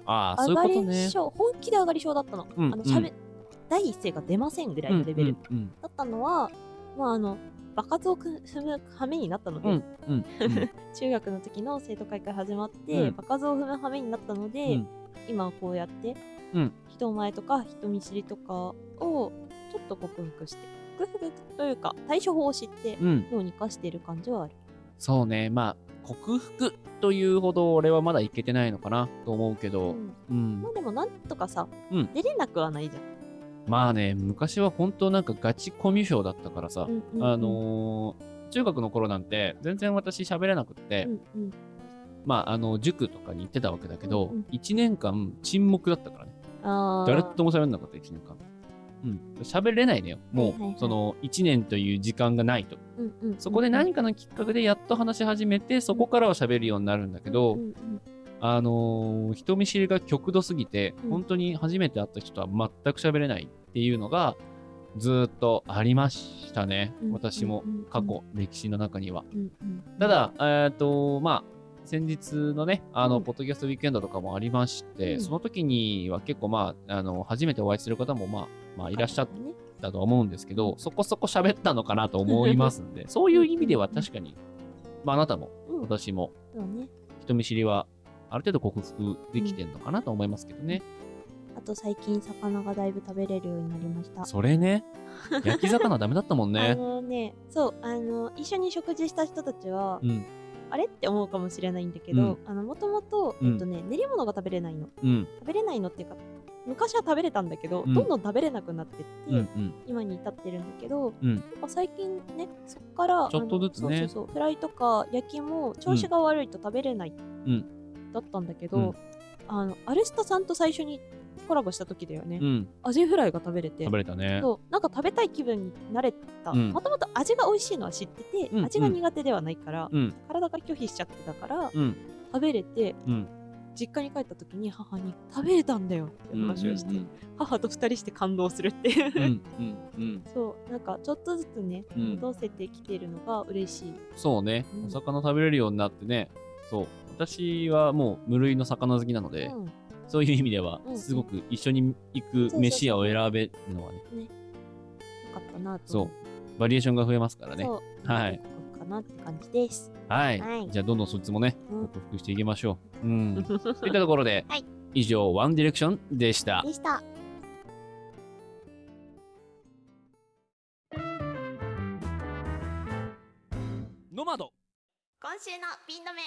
ああ、そういう上がことね。 り症、本気で上がり症だったの。 うんあの、しゃべ、第一声が出ませんぐらいのレベル。 うんうんうんだったのは、まあ、あの、場数を踏む羽目になったので、 うんうんうん中学の時の生徒会から始まって、 うん場数を踏む羽目になったので、 うん今はこうやって、 うん人前とか人見知りとかをちょっと克服して、克服というか対処法を知ってうん脳に生かしている感じはある。 そうね、まあ、克服というほど俺はまだいけてないのかなと思うけど、 うんうんまあでもなんとかさ、 うん出れなくはないじゃん。 まあね、昔は本当なんかガチコミュ障だったからさ、 うんうんうんあのー中学の頃なんて全然私喋れなくって、 うんうんまあ、あの、塾とかに行ってたわけだけど、 うんうんいちねんかん沈黙だったからね。 あー誰とも喋んなかった、いちねんかん。うん。喋れないのよ。もう、 はいはいはいその、いちねんという時間がないと。 うんうんうんそこで何かのきっかけでやっと話し始めて、そこからは喋るようになるんだけど、 うんうんあのー人見知りが極度すぎて、 うん本当に初めて会った人とは全く喋れないっていうのが、ずーっとありましたね。 うん私もうんうん過去、歴史の中には。 うんうんただ、えっと、まあ、先日のね、あの、 うんポッドキャストウィークエンドとかもありまして、 うんその時には結構まあ、あの、初めてお会いする方もまあ、まあ、いらっしゃったとは思うんですけど、そこそこ喋ったのかなと思いますんで、そういう意味では確かに、まあ、あなたも、 うん私も、 そうね。 人見知りは、ある程度克服できてんのかなと思いますけどね。 あと最近魚がだいぶ食べれるようになりました。 それね、焼き魚ダメだったもんあね。 のね、そう、あの、一緒に食事した人たちは、 うん。 あれって思うかもしれないんだけど、あの、もともと、 うんえっとね、練り物が食べれないの。 うん。 食べれないのっていうか、昔は食べれたんだけど、 うんどんどん食べれなくなってって、 うんうん今に至ってるんだけど、 うんやっぱ最近ね、そっから、 ちょっとずつねあのそうそうそう、フライとか焼きも調子が悪いと食べれない、 うん。 だったんだけど、 うんあの、アルスタさんと最初にコラボした時だよね。 うんアジフライが食べれて。 食べれたね。 そう、なんか食べたい気分になれた。 うんもともと味が美味しいのは知ってて、 うん味が苦手ではないから、 うん体が拒否しちゃってたから、 うん。 食べれて、 うん。 実家に帰った時に母に食べれたんだよって話をして、 うんうんうん母と二人して感動するっていう、 うんうんうん。 そうなんかちょっとずつねうん戻せてきてるのが嬉しい。 そうね、 うんお魚食べれるようになってね、そう、私はもう無類の魚好きなので、 うんそういう意味ではうんうんすごく一緒に行く飯屋を選べるのはね、 ね、よかったなとそう思、 バリエーションが増えますからね。 そうはい。 かなって感じです。 はい。 はいじゃあ、どんどんそいつもね、 うん克服していきましょう。うん。といったところで、 はい以上、ワンディレクションでした。 でした。 ノマド今週のピン止め。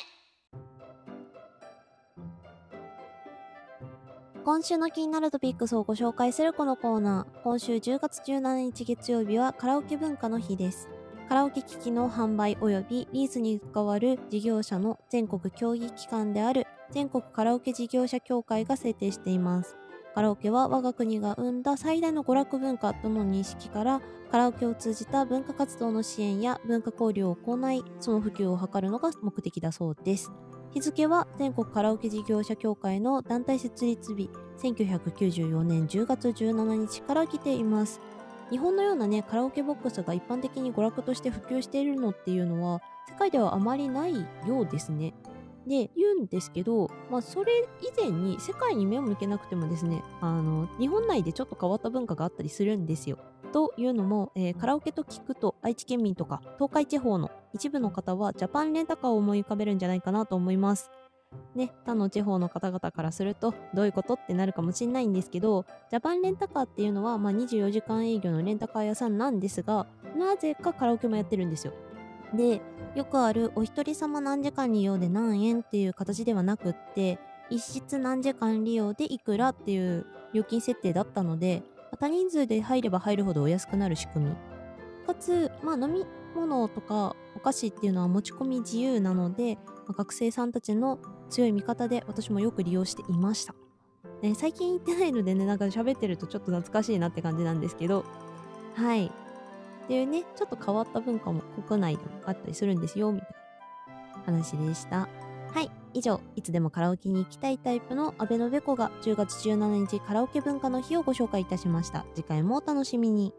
今週の気になるトピックスをご紹介するこのコーナー。今週じゅうがつじゅうしちにち月曜日はカラオケ文化の日です。カラオケ機器の販売及びリースに関わる事業者の全国協議機関である全国カラオケ事業者協会が制定しています。カラオケは我が国が生んだ最大の娯楽文化との認識から、カラオケを通じた文化活動の支援や文化交流を行い、その普及を図るのが目的だそうです。日付は全国カラオケ事業者協会の団体設立日、せんきゅうひゃくきゅうじゅうよねんじゅうがつじゅうしちにちから来ています。日本のようなね、カラオケボックスが一般的に娯楽として普及しているのっていうのは、世界ではあまりないようですね。で、言うんですけど、まあ、それ以前に世界に目を向けなくてもですね、あの、日本内でちょっと変わった文化があったりするんですよ。というのも、えーカラオケと聞くと愛知県民とか東海地方の一部の方はジャパンレンタカーを思い浮かべるんじゃないかなと思います。ね、他の地方の方々からするとどういうことってなるかもしれないんですけど、ジャパンレンタカーっていうのは、まあ、にじゅうよじかん営業のレンタカー屋さんなんですが、なぜかカラオケもやってるんですよ。で、よくあるお一人様何時間利用で何円っていう形ではなくって、一室何時間利用でいくらっていう料金設定だったので、多人数で入れば入るほどお安くなる仕組み。かつ、まあ、飲み物とかお菓子っていうのは持ち込み自由なので、まあ、学生さんたちの強い味方で私もよく利用していました。ね、最近行ってないのでね、なんか喋ってるとちょっと懐かしいなって感じなんですけど、はい。っていうね、ちょっと変わった文化も国内でもあったりするんですよ、みたいな話でした。はい。以上、いつでもカラオケに行きたいタイプの阿部のべこがじゅうがつじゅうしちにちカラオケ文化の日をご紹介いたしました。次回もお楽しみに。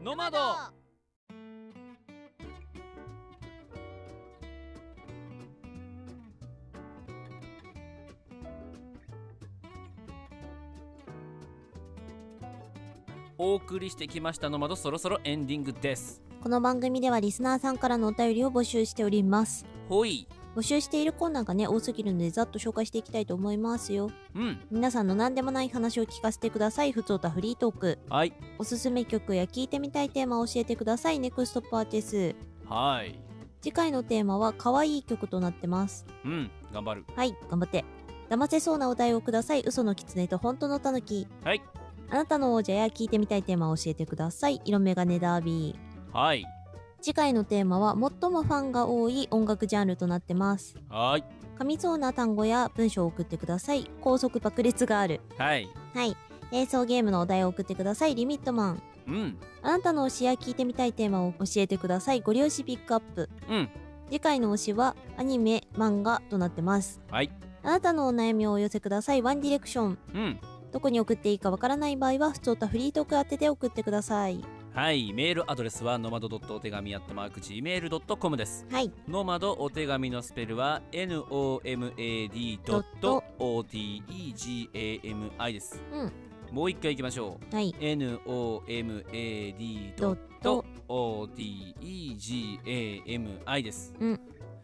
ノマド。お送りしてきましたノマド、そろそろエンディングです。 この番組ではリスナーさんからのお便りを募集しております。 ほい。 募集しているコーナーがね多すぎるのでざっと紹介していきたいと思いますよ。 うん。 皆さんの何でもない話を聞かせてください。ふつおたフリートーク。 はい。 おすすめ曲や聞いてみたいテーマを教えてください。ネクストパーティス。 はい。 次回のテーマは可愛い曲となってます。 うん、頑張る。 はい、頑張って。騙せそうなお題をください。嘘の狐と本当の狸。 はい。 あなたの王者や聞いてみたいテーマを教えてください。色眼鏡ダービー。はい。 次回のテーマは最もファンが多い音楽ジャンルとなってます。 はい。 噛みそうな単語や文章を送ってください。高速爆裂がある。 はい。 はい。映像ゲームのお題を送ってください。リミットマン。 うん。 あなたの推しや聞いてみたいテーマを教えてください。ご両親ピックアップ。 うん。 次回の推しはアニメ、漫画となってます。 はい。 あなたのお悩みをお寄せください。ワンディレクション。 うん。 どこに送っていいかわからない場合は、ふつおたフリートーク宛てで送ってください。 はい、メールアドレスはノマドお手紙アットマーク ジーメールドットコム です。 はい。 ノマドお手紙のスペルは ノマド オティーイージーエーエムアイ です。 うん。 もう一回いきましょう。 はい。 ノマド オティーイージーエーエムアイ です。 うん。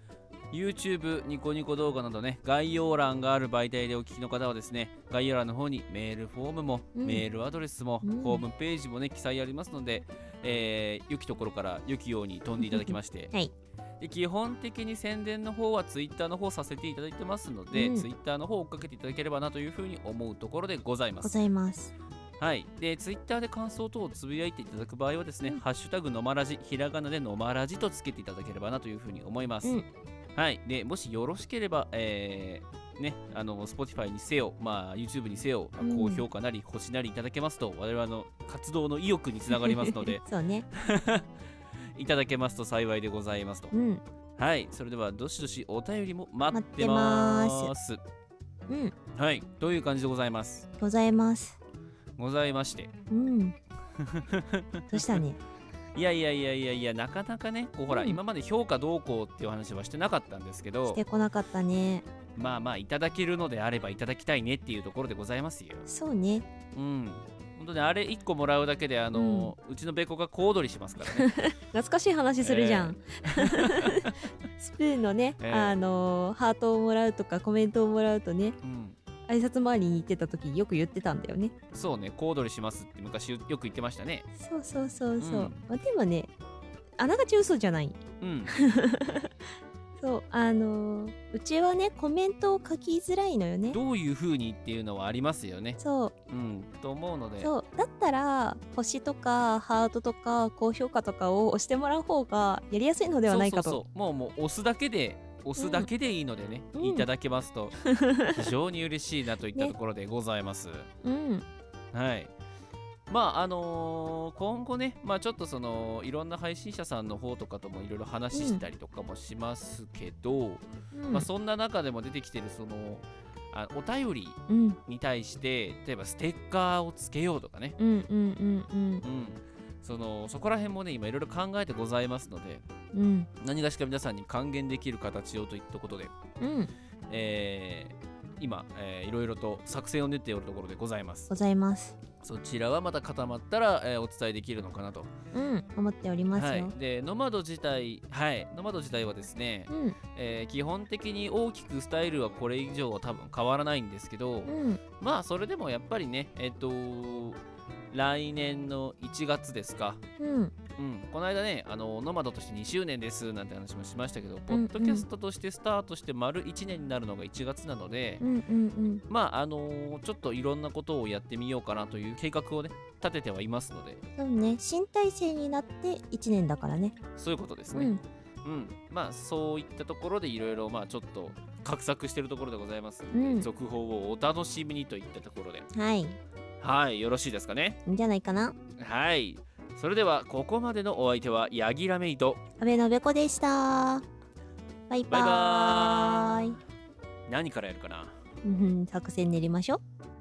YouTube、ニコニコ動画などね、概要欄がある媒体でお聞きの方はですね、概要欄の方にメールフォームも、うん、メールアドレスも、うん、ホームページもね、記載ありますので、えー、良きところから良きように飛んでいただきまして、 はい、 で基本的に宣伝の方は Twitter の方させていただいてますので、うん、Twitter の方を追っかけていただければなというふうに思うところでございます。 ございます。 はい。で、ツイッターで感想等をつぶやいていただく場合はですね、うん、ハッシュタグのまらじ、ひらがなでのまらじとつけていただければなというふうに思います。うん、はい。で、もしよろしければ、えー、ね、あの、Spotify にせよ、まあ、YouTube にせよ、うん、高評価なり、星なりいただけますと、我々の活動の意欲につながりますので、 そうね。 いただけますと幸いでございますと。 うん、 はい。それでは、どしどしお便りも待ってまーす。 うん。 はい。という感じでございます。 ございます。 ございまして。 うん。どうしたね。 いやいやいやいやいや、なかなかね、こうほら、うん、今まで評価どうこうっていう話はしてなかったんですけど、 してこなかったね。 まあまあ、いただけるのであればいただきたいねっていうところでございますよ。 そうね。 うん。本当にあれいっこもらうだけで、あの、うん、うちのべこが小躍りしますからね。 懐かしい話するじゃん。えー、スプーンのね、えー、あのハートをもらうとかコメントをもらうとね、うん、挨拶回りに行ってた時よく言ってたんだよね。 そうね、小躍りしますって昔よく言ってましたね。 そうそうそうそう、うん、まあ、でもね、あながち嘘じゃない。 うん。 そう、あのー、うちはね、コメントを書きづらいのよね。 どういう風にっていうのはありますよね。 そう。 うん、と思うので。 そう、だったら星とかハートとか高評価とかを押してもらう方がやりやすいのではないかと。 そうそうそう、もうもう押すだけで押すだけでいいのでね、うん、いただけますと非常に嬉しいなといったところでございます。ね、 うん。 はい。まああのー、今後ね、まあちょっとそのいろんな配信者さんの方とかともいろいろ話したりとかもしますけど、うん、まあそんな中でも出てきてるそのあお便りに対して、うん、例えばステッカーをつけようとかね、 うんうんうんうん、うん、 そのそこら辺もね今いろいろ考えてございますので、 うん、 何がしか皆さんに還元できる形をといったことで、 うん、 えー、今、えー、いろいろと作戦を練っておるところでございます。 ございます。 そちらはまた固まったら、えー、お伝えできるのかなと、 うん、思っておりますよ。 はい、でノマド自体、はい、ノマド自体はですね、 うん、 えー、基本的に大きくスタイルはこれ以上は多分変わらないんですけど、 うん、 まあそれでもやっぱりね、えっと来年のいちがつですか、 うん、うん、 この間ね、あのノマドとしてにしゅうねんですなんて話もしましたけど、うんうん、ポッドキャストとしてスタートして丸いちねんになるのがいちがつなので、 うんうんうん、 まああのー、ちょっといろんなことをやってみようかなという計画をね立ててはいますので。 そうね、新体制になっていちねんだからね。 そういうことですね。うん、うん、まあそういったところでいろいろまあちょっと画策しているところでございますので、うん、続報をお楽しみにといったところで。 はい。 はい、よろしいですかね。 いいんじゃないかな。 はい。それではここまでのお相手はヤギラメイト阿部のべこでした。バイバーイ。 バイバーイ。何からやるかな。 うん、作戦練りましょう。